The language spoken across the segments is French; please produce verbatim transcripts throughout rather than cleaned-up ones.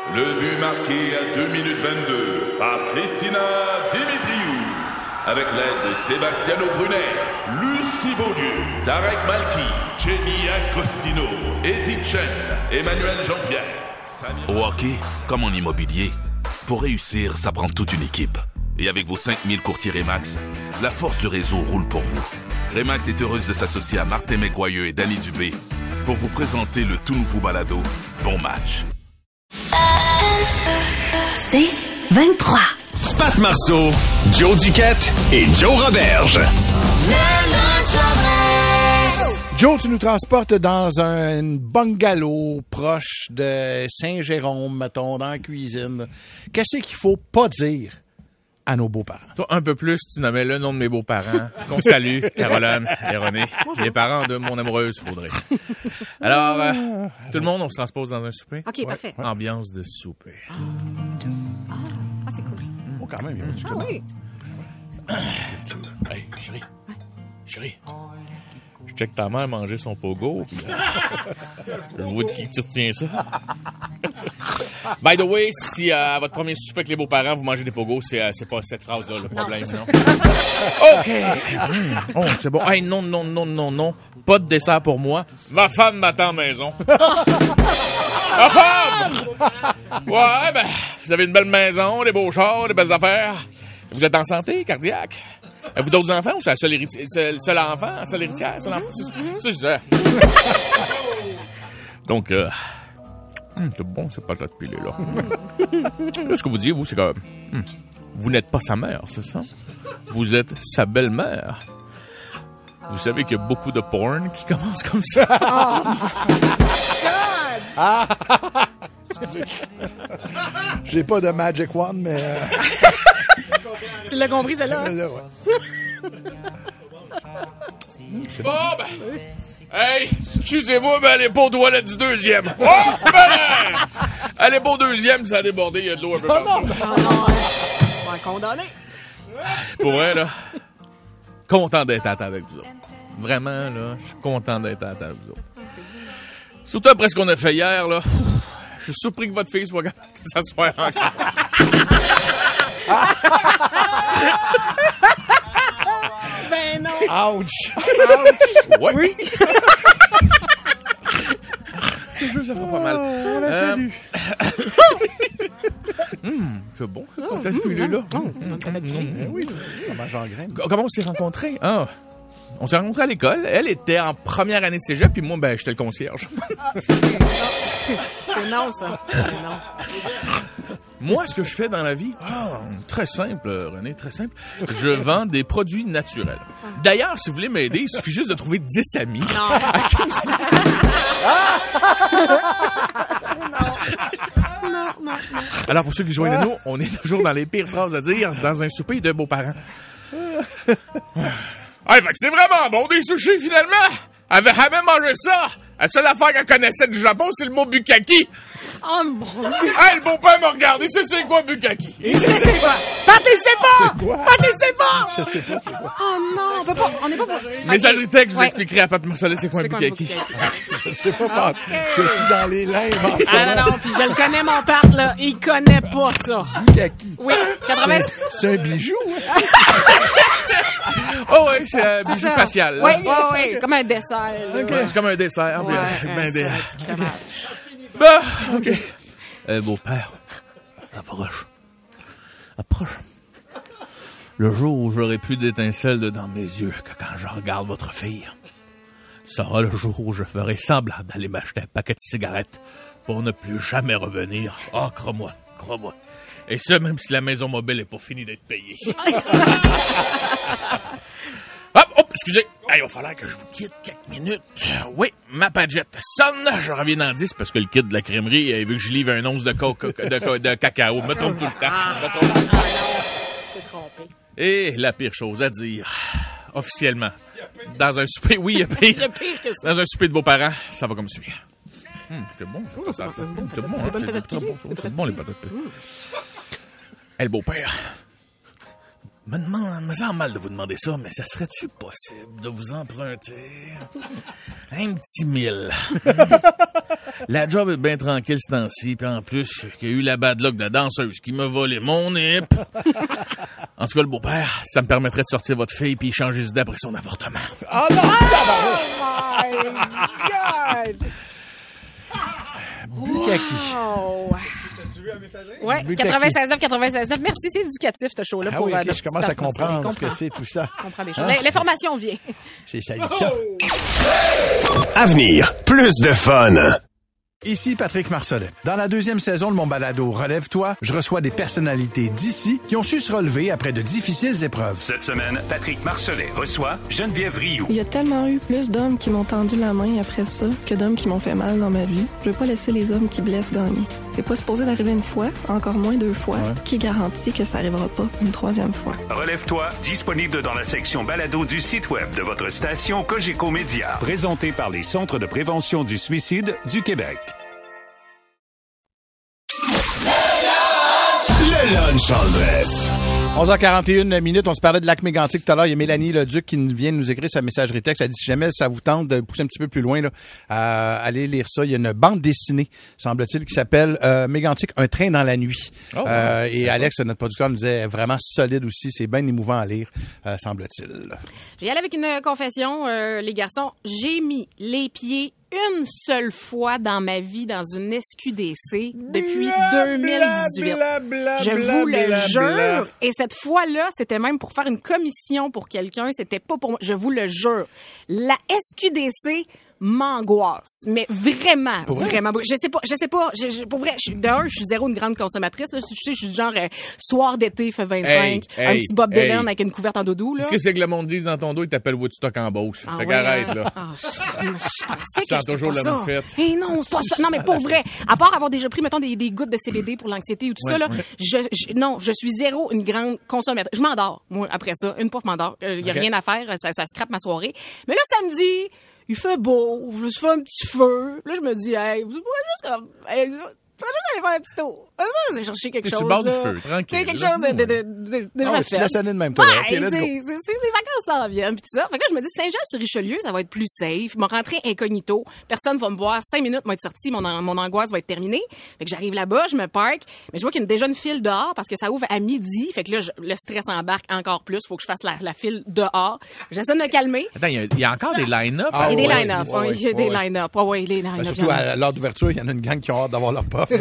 Le but marqué à deux minutes vingt-deux par Christina Dimitriou. Avec l'aide de Sebastiano Brunet, Lucie Beaulieu, Tarek Malki, Jenny Agostino, Edith Chen, Emmanuel Jean-Pierre. Samir... Au hockey, comme en immobilier, pour réussir, ça prend toute une équipe. Et avec vos cinq mille courtiers Remax, la force du réseau roule pour vous. Remax est heureuse de s'associer à Martin McGuire et Danny Dubé pour vous présenter le tout nouveau balado Bon Match. C'est vingt-trois. Pat Marceau, Joe Duquette et Joe Roberge. Joe, tu nous transportes dans un bungalow proche de Saint-Jérôme, mettons, dans la cuisine. Qu'est-ce qu'il faut pas dire à nos beaux-parents? Toi, un peu plus, tu nommais le nom de mes beaux-parents, qu'on salue, Caroline et René, les parents de mon amoureuse Audrey. Alors, euh, tout le monde, on se transpose dans un souper. OK, ouais. Parfait. Ambiance de souper. Ah, ah c'est cool. Oh, quand même, il y a du Ah oui. Hey, chérie. Chérie. Je check ta mère manger son pogo. Pis, euh, je vois de qui tu retiens ça. By the way, si euh, à votre premier souper avec les beaux-parents, vous mangez des pogos, c'est, euh, c'est pas cette phrase-là le problème, non? non? OK. Mmh. Oh, c'est bon. Hey, non, non, non, non, non. Pas de dessert pour moi. Ma femme m'attend à la maison. Ma femme! Ouais, ben, vous avez une belle maison, des beaux chars, des belles affaires. Vous êtes en santé, cardiaque? Avez-vous d'autres enfants ou c'est la seule héritière? Seul, seul enfant? La seule héritière? Seul enfant? C'est ça, je disais. Donc, euh, hum, c'est bon, c'est pas le de piler, là. Là, ce que vous dites, vous, c'est que hum, vous n'êtes pas sa mère, c'est ça? Vous êtes sa belle-mère. Vous savez qu'il y a beaucoup de porn qui commencent comme ça. Ah! J'ai pas de Magic Wand, mais... Euh... Tu l'as compris, celle-là? Là, ouais. Bon, ben... Hey, excusez-moi, mais elle est pas aux toilettes du deuxième. Oh, ben! Elle est pas au deuxième, ça a débordé, il y a de l'eau un peu partout. Ah non, ouais. On va condamner. Pour vrai, là, content d'être à table avec vous autres. Vraiment, là, je suis content d'être à table avec vous autres. Surtout après ce qu'on a fait hier, là. Je suis surpris que votre fille soit capable de s'asseoir encore. Ben non. Ouch! Ouch! Ouais. Oui. Je te jure, ça fera pas mal. Oh, on la salue. Hum, c'est bon, c'est pas peut-être plus là. Oui, on mange en graines. Comment on s'est rencontrés? Ah, on s'est rencontrés à l'école. Elle était en première année de cégep, puis moi, ben, j'étais le concierge. Ah, c'est, c'est, c'est non, ça. C'est non. Moi, ce que je fais dans la vie, oh, très simple, René, très simple. Je vends des produits naturels. D'ailleurs, si vous voulez m'aider, il suffit juste de trouver dix amis. Non. non, non, non. Alors, pour ceux qui joignent à nous, on est toujours dans les pires phrases à dire dans un souper de beaux-parents. Ah, fait que c'est vraiment bon, des sushis, finalement! Elle avait jamais mangé ça! La seule affaire qu'elle connaissait du Japon, c'est le mot bukkake. Oh mon Dieu! Hey, le beau-père m'a regardé, c'est c'est quoi bukkake? Il sait c'est quoi? Pat, il sait pas! C'est quoi? Pat, il sait pas! Je sais pas, c'est quoi. Oh non, on peut pas, on est pas pour... Messagerie texte, je vous Ouais. expliquerai à Pat Marcelet c'est quoi un bukkake. Je sais pas, Pat. Je suis dans les limbes en ce Ah moment. non, non, puis je le connais, mon Pat, là. Il connaît pas ça. Kaki. Oui, quatre-vingts... C'est, c'est un bijou, hein? Oh oui, c'est un bijou ça. facial. Oui, là. oui, oui, comme un dessert. là. Ouais, c'est comme un dessert. Ouais, ben, ben, ça, des- du crémage. Ah, OK. Euh, beau-père, approche. Approche. Le jour où j'aurai plus d'étincelles dans mes yeux que quand je regarde votre fille, sera le jour où je ferai semblant d'aller m'acheter un paquet de cigarettes pour ne plus jamais revenir. Oh, crois-moi, crois-moi. Et ça, même si la maison mobile n'est pas finie d'être payée. Hop, hop, excusez. Hey, il va falloir que je vous quitte quelques minutes. Oui, ma pagette sonne. Je reviens dans dix parce que le kit de la crèmerie, il veut que je livre un once de, co- de, co- de cacao. Me trompe tout le temps. Me trompe. Ah non, c'est trompé. Et la pire chose à dire, officiellement, dans un souper, oui, il y a pire. Le pire que ça. Dans un souper de beaux-parents, ça va comme suit. Hum, c'est bon, ça, ça, c'est bon, c'est bon, hein, c'est très bon, c'est bon, les patates pilées. Et le beau-père, Me demande, me sent mal de vous demander ça, mais ça serait-tu possible de vous emprunter un petit mille? La job est bien tranquille ce temps-ci, puis en plus, il y a eu la bad luck de la danseuse qui m'a volé mon nip. En tout cas, le beau-père, ça me permettrait de sortir votre fille puis changer d'idée après son avortement. Oh non! Oh my God! Bukaki. Wow! T'as-tu vu la messagerie? Oui, quatre-vingt-seize neuf, quatre-vingt-seize neuf. Merci, c'est éducatif, ce show-là. Ah pour, oui, euh, ok, notre je commence à petite atmosphère. comprendre ce que Comprends. c'est tout ça. Je comprends des choses. Ah, L'information vient. J'ai sali ça. Avenir, plus de fun. Ici Patrick Marcelet. Dans la deuxième saison de mon balado Relève-toi, je reçois des personnalités d'ici qui ont su se relever après de difficiles épreuves. Cette semaine, Patrick Marcelet reçoit Geneviève Rioux. Il y a tellement eu plus d'hommes qui m'ont tendu la main après ça que d'hommes qui m'ont fait mal dans ma vie. Je veux pas laisser les hommes qui blessent gagner. C'est pas supposé d'arriver une fois, encore moins deux fois. Ouais. Qui garantit que ça arrivera pas une troisième fois? Relève-toi, disponible dans la section balado du site web de votre station Cogeco Média. Présenté par les Centres de prévention du suicide du Québec. Le lunch en dress. onze heures quarante et une minutes, on se parlait de lac Mégantic tout à l'heure. Il y a Mélanie Leduc qui vient de nous écrire sa messagerie texte. Elle dit si jamais ça vous tente de pousser un petit peu plus loin, là, euh, allez lire ça. Il y a une bande dessinée, semble-t-il, qui s'appelle euh, Mégantic, un train dans la nuit. Oh, euh, et Alex, notre producteur, nous disait vraiment solide aussi. C'est bien émouvant à lire, euh, semble-t-il. Je vais y aller avec une confession, euh, les garçons. J'ai mis les pieds une seule fois dans ma vie dans une S Q D C depuis bla, deux mille dix-huit. Bla, bla, je bla, vous le bla, jure. Bla. Et cette fois-là, c'était même pour faire une commission pour quelqu'un. C'était pas pour moi. Je vous le jure. La S Q D C m'angoisse, mais vraiment, pour vraiment. Vrai? Je sais pas, je sais pas, je, je, pour vrai, je, d'un, je suis zéro une grande consommatrice, là. Je sais, je suis du genre, euh, soir d'été, fait vingt-cinq, hey, un hey, petit Bob hey. Dylan avec une couverte en doudou, là. Qu'est-ce que c'est que le monde dit dans ton dos, il t'appelle Woodstock en Beauce. Ah, fait ouais, qu'arrête, là. Ah, je, je pensais tu sens toujours la moufette. Eh non, c'est pas ça. Non, mais pour vrai, à part avoir déjà pris, mettons, des, des gouttes de C B D pour l'anxiété ou tout ouais, ça, là, ouais. je, je, non, je suis zéro une grande consommatrice. Je m'endors, moi, après ça. Une pof m'endors. Il euh, y a okay. rien à faire, ça, ça scrape ma soirée. Mais là, samedi, il fait beau, je me suis fait un petit feu. Là, je me dis, hey, vous pouvez juste comme, hey, je vais juste aller faire un petit tour. Je vais chercher quelque t'es chose. Sur le bord du feu, tranquille. Quelque chose de, de, de, de, de oh, tu te laisses aller de même, toi. Ouais, okay, c'est, c'est, c'est, les vacances s'en viennent, pis tout ça. Fait que là, je me dis, Saint-Jean-sur-Richelieu, ça va être plus safe. Je vais rentrer incognito. Personne va me voir. Cinq minutes, moi, être sorti. Mon, mon angoisse va être terminée. Fait que j'arrive là-bas, je me parque. Mais je vois qu'il y a déjà une file dehors parce que ça ouvre à midi. Fait que là, je, le stress embarque encore plus. Faut que je fasse la, la file dehors. J'essaie de me calmer. Attends, il y, y a encore des line-up? Ah, il y a des line-up. Ouais, il y a des line-up. Ah ouais, les line-up. Surtout à l'heure d'ouverture, il y en a une gang qui ont hâte d'avoir leur puff.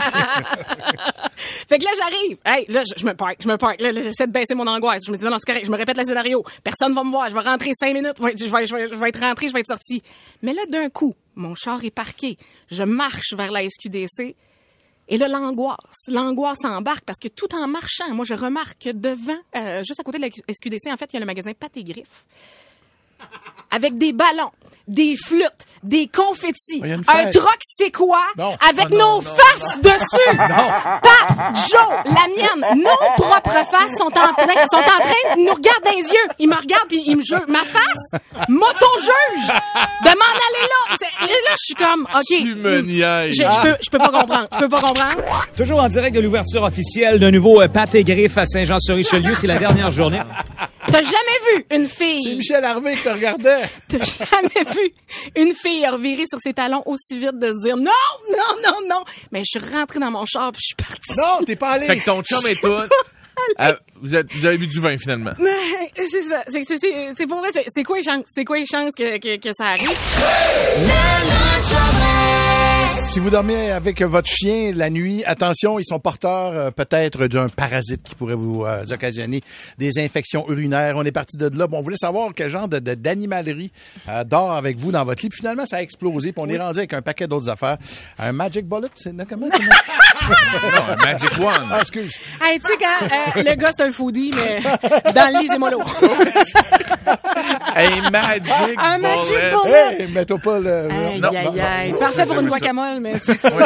Fait que là, j'arrive. Hey, là, je, je me parque, je me parque. Là, là, j'essaie de baisser mon angoisse. Je me dis, non, non, c'est correct. Je me répète le scénario. Personne va me voir. Je vais rentrer cinq minutes. Je vais, je vais, je vais, je vais être rentré, je vais être sorti. Mais là, d'un coup, mon char est parqué. Je marche vers la S Q D C. Et là, l'angoisse. L'angoisse embarque parce que tout en marchant, moi, je remarque que devant, euh, juste à côté de la S Q D C, en fait, il y a le magasin Pâtes et Griffes. Avec des ballons, des flûtes, des confettis, un troc c'est quoi non. avec oh, non, nos non, faces non. dessus. Pat, Joe, la mienne, nos propres faces sont en train, sont en train de nous regarder dans les yeux. Ils me regardent puis ils me jugent. Ma face, m'auto-juge de m'en aller là. C'est, et là, je suis comme, ok. Tu me niaises. Je, je peux, je peux pas comprendre. Je peux pas comprendre. Toujours en direct de l'ouverture officielle d'un nouveau euh, Pâtes et Griffes à Saint-Jean-sur-Richelieu. C'est la dernière journée. T'as jamais vu une fille... C'est Michel Harvey qui te regardait. T'as jamais vu une fille revirer sur ses talons aussi vite de se dire non, non, non, non. Mais je suis rentrée dans mon char puis je suis partie. Non, t'es pas allée. Fait que ton chum et tout... Euh, vous, êtes, vous avez bu du vin, finalement. C'est ça. C'est, c'est, c'est, c'est pour vrai. C'est, c'est quoi les chances? C'est quoi les chances que, que, que ça arrive? Si vous dormez avec votre chien la nuit, attention, ils sont porteurs euh, peut-être d'un parasite qui pourrait vous euh, occasionner des infections urinaires. On est parti de là. Bon, on voulait savoir quel genre de, de, d'animalerie euh, dort avec vous dans votre lit. Puis finalement, ça a explosé. Puis on oui. est rendu avec un paquet d'autres affaires. Un Magic Bullet, c'est non, comment? Non, un Magic One. Ah, excuse. Hey, tu sais, quand euh, le gars, c'est un foodie, mais dans le lit, c'est mollo. Un Magic Bullet. Un Magic Bullet. Hey, mets-toi pas le... Aïe, non, aïe, non, aïe. non, Parfait pour une guacamole, mais...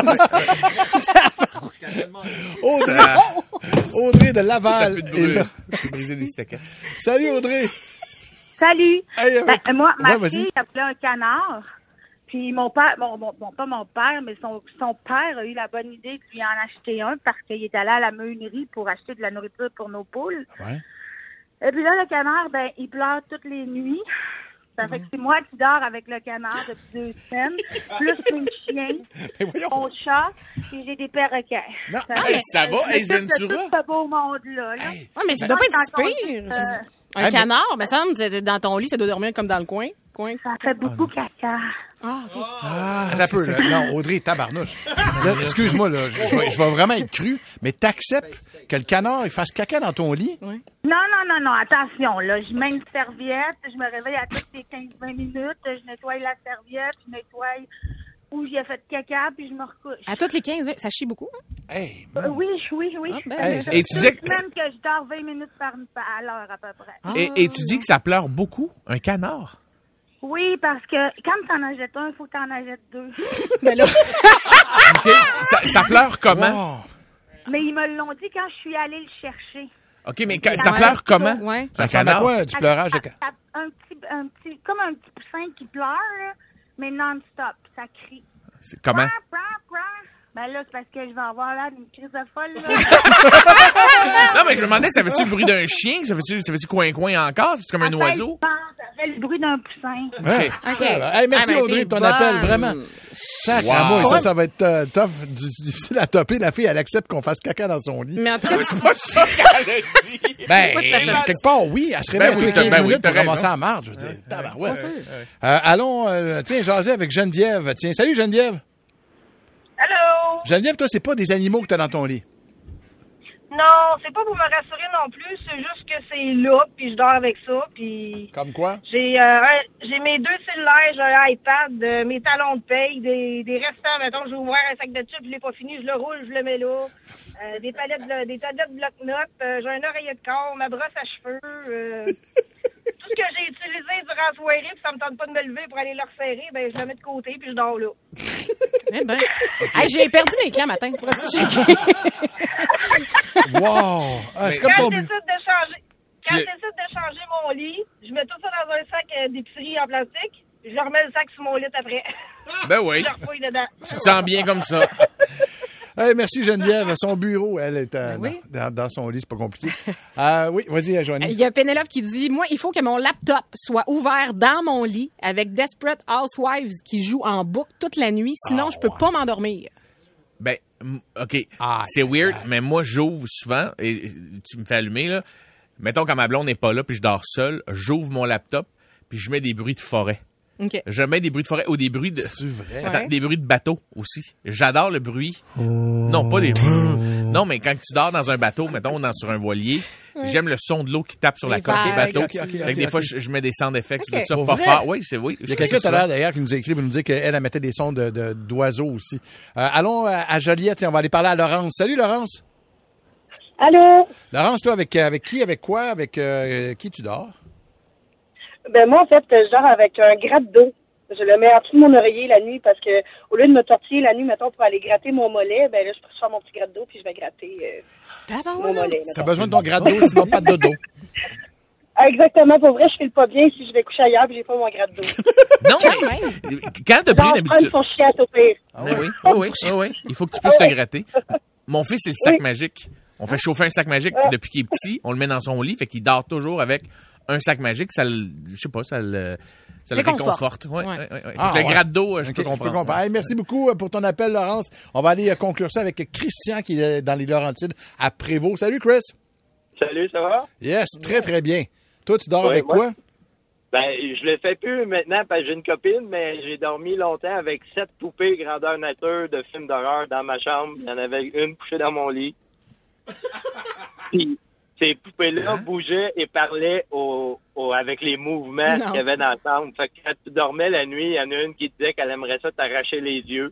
Audrey, Audrey de Laval. Ça peut te briser des steaks. Salut, Audrey. Salut. Hey, ben, euh, moi, ma ouais, fille a appelé un canard. Puis mon père, bon, bon, bon, pas mon père, mais son, son père a eu la bonne idée de lui en acheter un parce qu'il est allé à la meunerie pour acheter de la nourriture pour nos poules. Ouais. Et puis là, le canard, ben, il pleure toutes les nuits. Ça fait que c'est moi qui dors avec le canard depuis deux semaines, plus mes chiens, mon chat, et j'ai des perroquets. Non, ça, hey, ça va, Ace Ventura? Tout ce beau monde-là. Là. Hey. Ouais, mais ça doit pas être si pire. Euh, un hey, canard, mais ça me semble, dans ton lit, ça doit dormir comme dans le coin. coin. Ça fait beaucoup oh, caca. Ah, OK. Ah, attends un peu, là. Non, Audrey, tabarnouche. Là, excuse-moi, là. Je, je, vais, je vais vraiment être cru, mais t'acceptes que le canard, il fasse caca dans ton lit? Oui. Non, non, non, non. Attention, là. Je mets une serviette. Je me réveille à toutes les quinze vingt minutes. Je nettoie la serviette. Je nettoie où j'ai fait caca, puis je me recouche. À toutes les quinze vingt, ça chie beaucoup? Hein? Hey, euh, oui, oui, oui. Ah, ben, hey, et tu dis que... même que je dors vingt minutes par, à l'heure, à peu près. Ah. Et, et tu dis que ça pleure beaucoup, un canard? Oui, parce que quand t'en achètes un, il faut que t'en achètes deux. Mais là... OK. Ça, ça pleure comment? Wow. Mais ils me l'ont dit quand je suis allée le chercher. OK, mais quand, ça pleure comment? Ouais. Ça ressemble à quoi, du pleurage? De... Un petit, un petit, comme un petit poussin qui pleure, là, mais non-stop. Ça crie. C'est comment? Pran, pran, pran. Ben là, c'est parce que je vais avoir l'air d'une crise de folle, là. Non, mais je me demandais, ça fait-tu le bruit d'un chien? Ça fait-tu, ça fait-tu coin-coin encore? C'est comme un ça oiseau? Fait, ça fait le bruit d'un poussin. OK. OK. Hey, merci, ah, Audrey, de ton bon. appel. Vraiment. Sacrément. Wow. Ça, ça va être euh, tough, difficile à topper. La fille, elle accepte qu'on fasse caca dans son lit. Mais en tout cas, c'est pas ça qu'elle a dit. Ben, quelque part, oui. Elle se réveille ben oui, tous les quinze ben minutes oui, pour commencer à marche. Je veux dire, tabarouette. Ouais. Euh, allons, euh, tiens, jaser avec Geneviève. Tiens, salut, Geneviève. Allô? Geneviève, toi, c'est pas des animaux que t'as dans ton lit? Non, c'est pas pour me rassurer non plus, c'est juste que c'est là, puis je dors avec ça, puis... Comme quoi? J'ai euh, un, j'ai mes deux cellulaires, j'ai un iPad, euh, mes talons de paye, des, des restants, mettons, j'ai ouvert un sac de chips, je l'ai pas fini, je le roule, je le mets là, euh, des palettes, de, des tablettes bloc-notes, euh, j'ai un oreiller de corps, ma brosse à cheveux, euh, tout ce que j'ai utilisé durant la soirée, puis ça me tente pas de me lever pour aller le resserrer, ben je le mets de côté, puis je dors là. Eh ben, okay. Hey, j'ai perdu mes clés matin. Pour ça, j'ai... Wow! Ah, c'est comme quand son j'essaie de changer, quand tu... j'essaie de changer mon lit, je mets tout ça dans un sac d'épicerie en plastique, je remets le sac sur mon lit après. Ben oui. Je le refouille dedans. Tu te sens bien comme ça. Hey, merci Geneviève. Son bureau, elle est euh, oui. dans, dans son lit, c'est pas compliqué. Euh, oui, vas-y, Joanie. Il y a Pénélope qui dit, moi, il faut que mon laptop soit ouvert dans mon lit avec Desperate Housewives qui joue en boucle toute la nuit, sinon oh, je peux ouais. pas m'endormir. Ben, OK, ah, c'est weird, ah. mais moi, j'ouvre souvent, et tu me fais allumer, là. Mettons, quand ma blonde n'est pas là, puis je dors seul, j'ouvre mon laptop, puis je mets des bruits de forêt. Okay. Je mets des bruits de forêt ou des bruits de... C'est vrai? Attends, ouais. des bruits de bateau aussi. J'adore le bruit. Oh. Non, pas des... Non, mais quand tu dors dans un bateau, mettons, dans, sur un voilier, ouais. j'aime le son de l'eau qui tape sur les la coque du bateau. Okay, okay, okay, okay, des okay. fois, je, je mets des sound effects, okay. ça, pas fort. Oui, c'est oui. Il y a quelqu'un tout à l'heure, d'ailleurs, qui nous a écrit pour nous dire qu'elle, elle mettait des sons de, de, d'oiseaux aussi. Euh, allons à Joliette, on va aller parler à Laurence. Salut, Laurence. Allô? Laurence, toi, avec, avec qui, avec quoi, avec euh, qui tu dors? Ben, moi, en fait, je dors avec un gratte d'eau. Je le mets en dessous de mon oreiller la nuit parce que au lieu de me tortiller la nuit, mettons, pour aller gratter mon mollet, ben là, je prends mon petit gratte d'eau puis je vais gratter euh, mon mollet. T'as besoin de ton gratte d'eau, sinon pas de dodo. Exactement. Pour vrai, je file pas bien si je vais coucher ailleurs puis j'ai pas mon gratte d'eau. Non, mais quand t'as pris l'habitude... son chien à pire. Ah oui, oui, oui, oui, oui. Il faut que tu puisses te gratter. Mon fils, c'est le sac oui. magique. On fait chauffer un sac magique ouais. depuis qu'il est petit. On le met dans son lit, fait qu'il dort toujours avec un sac magique. Ça le... Je sais pas, ça le... Ça le réconforte. Oui, oui, oui. Ah, le ouais. gratte d'eau, je okay, peux comprendre. Je peux comprendre. Hey, merci beaucoup pour ton appel, Laurence. On va aller conclure ça avec Christian qui est dans les Laurentides à Prévost. Salut, Chris. Salut, ça va? Yes, très, très bien. Toi, tu dors oui, avec moi? quoi? Ben, je le fais plus maintenant parce que j'ai une copine, mais j'ai dormi longtemps avec sept poupées grandeur nature de films d'horreur dans ma chambre. Il y en avait une couchée dans mon lit. Puis, ces poupées-là hein? bougeaient et parlaient au, au, avec les mouvements non. qu'il y avait dans la chambre. Fait que quand tu dormais la nuit, il y en a une qui disait qu'elle aimerait ça t'arracher les yeux.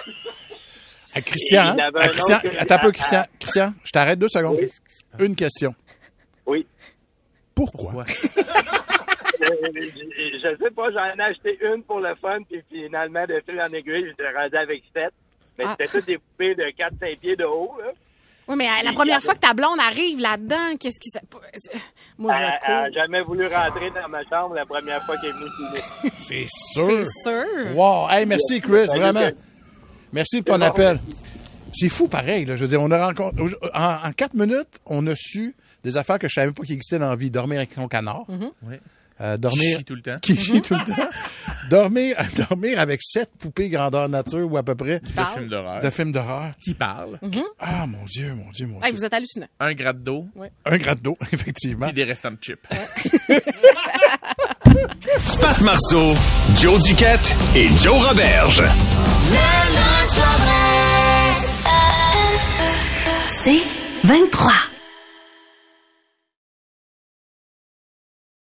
À Christian, hein? à Christian que... attends un peu, Christian. À... Christian, je t'arrête deux secondes. Oui. Une question. Oui. Pourquoi? Pourquoi? je, je, je sais pas, j'en ai acheté une pour le fun, puis finalement, de fil en aiguille, j'étais rendu avec sept. Mais ah. c'était toutes des poupées de quatre à cinq pieds de haut, là. Oui, mais la première fois que ta blonde arrive là-dedans, qu'est-ce qui... Moi, je Elle n'a jamais voulu rentrer dans ma chambre la première fois qu'elle est venue ici. C'est sûr. C'est sûr. Wow. Hey, merci, Chris, vraiment. Merci de ton appel. C'est fou, pareil. Là. Je veux dire, on a rencontré... En, en quatre minutes, on a su des affaires que je savais pas qui existaient dans la vie. Dormir avec son canard. Mm-hmm. Ouais. Euh, dormir, Qui chie tout le temps. Qui chie tout le temps. dormir, dormir avec sept poupées grandeur nature ou à peu près. De films d'horreur. De films d'horreur. Qui parlent. Mm-hmm. Ah, mon Dieu, mon Dieu, mon Hey, Dieu. vous êtes hallucinant. Un gratte d'eau. Ouais. Un gratte d'eau, effectivement. Et des restants de chips. Pat Marceau, Joe Duquette et Joe Roberge. C'est vingt-trois.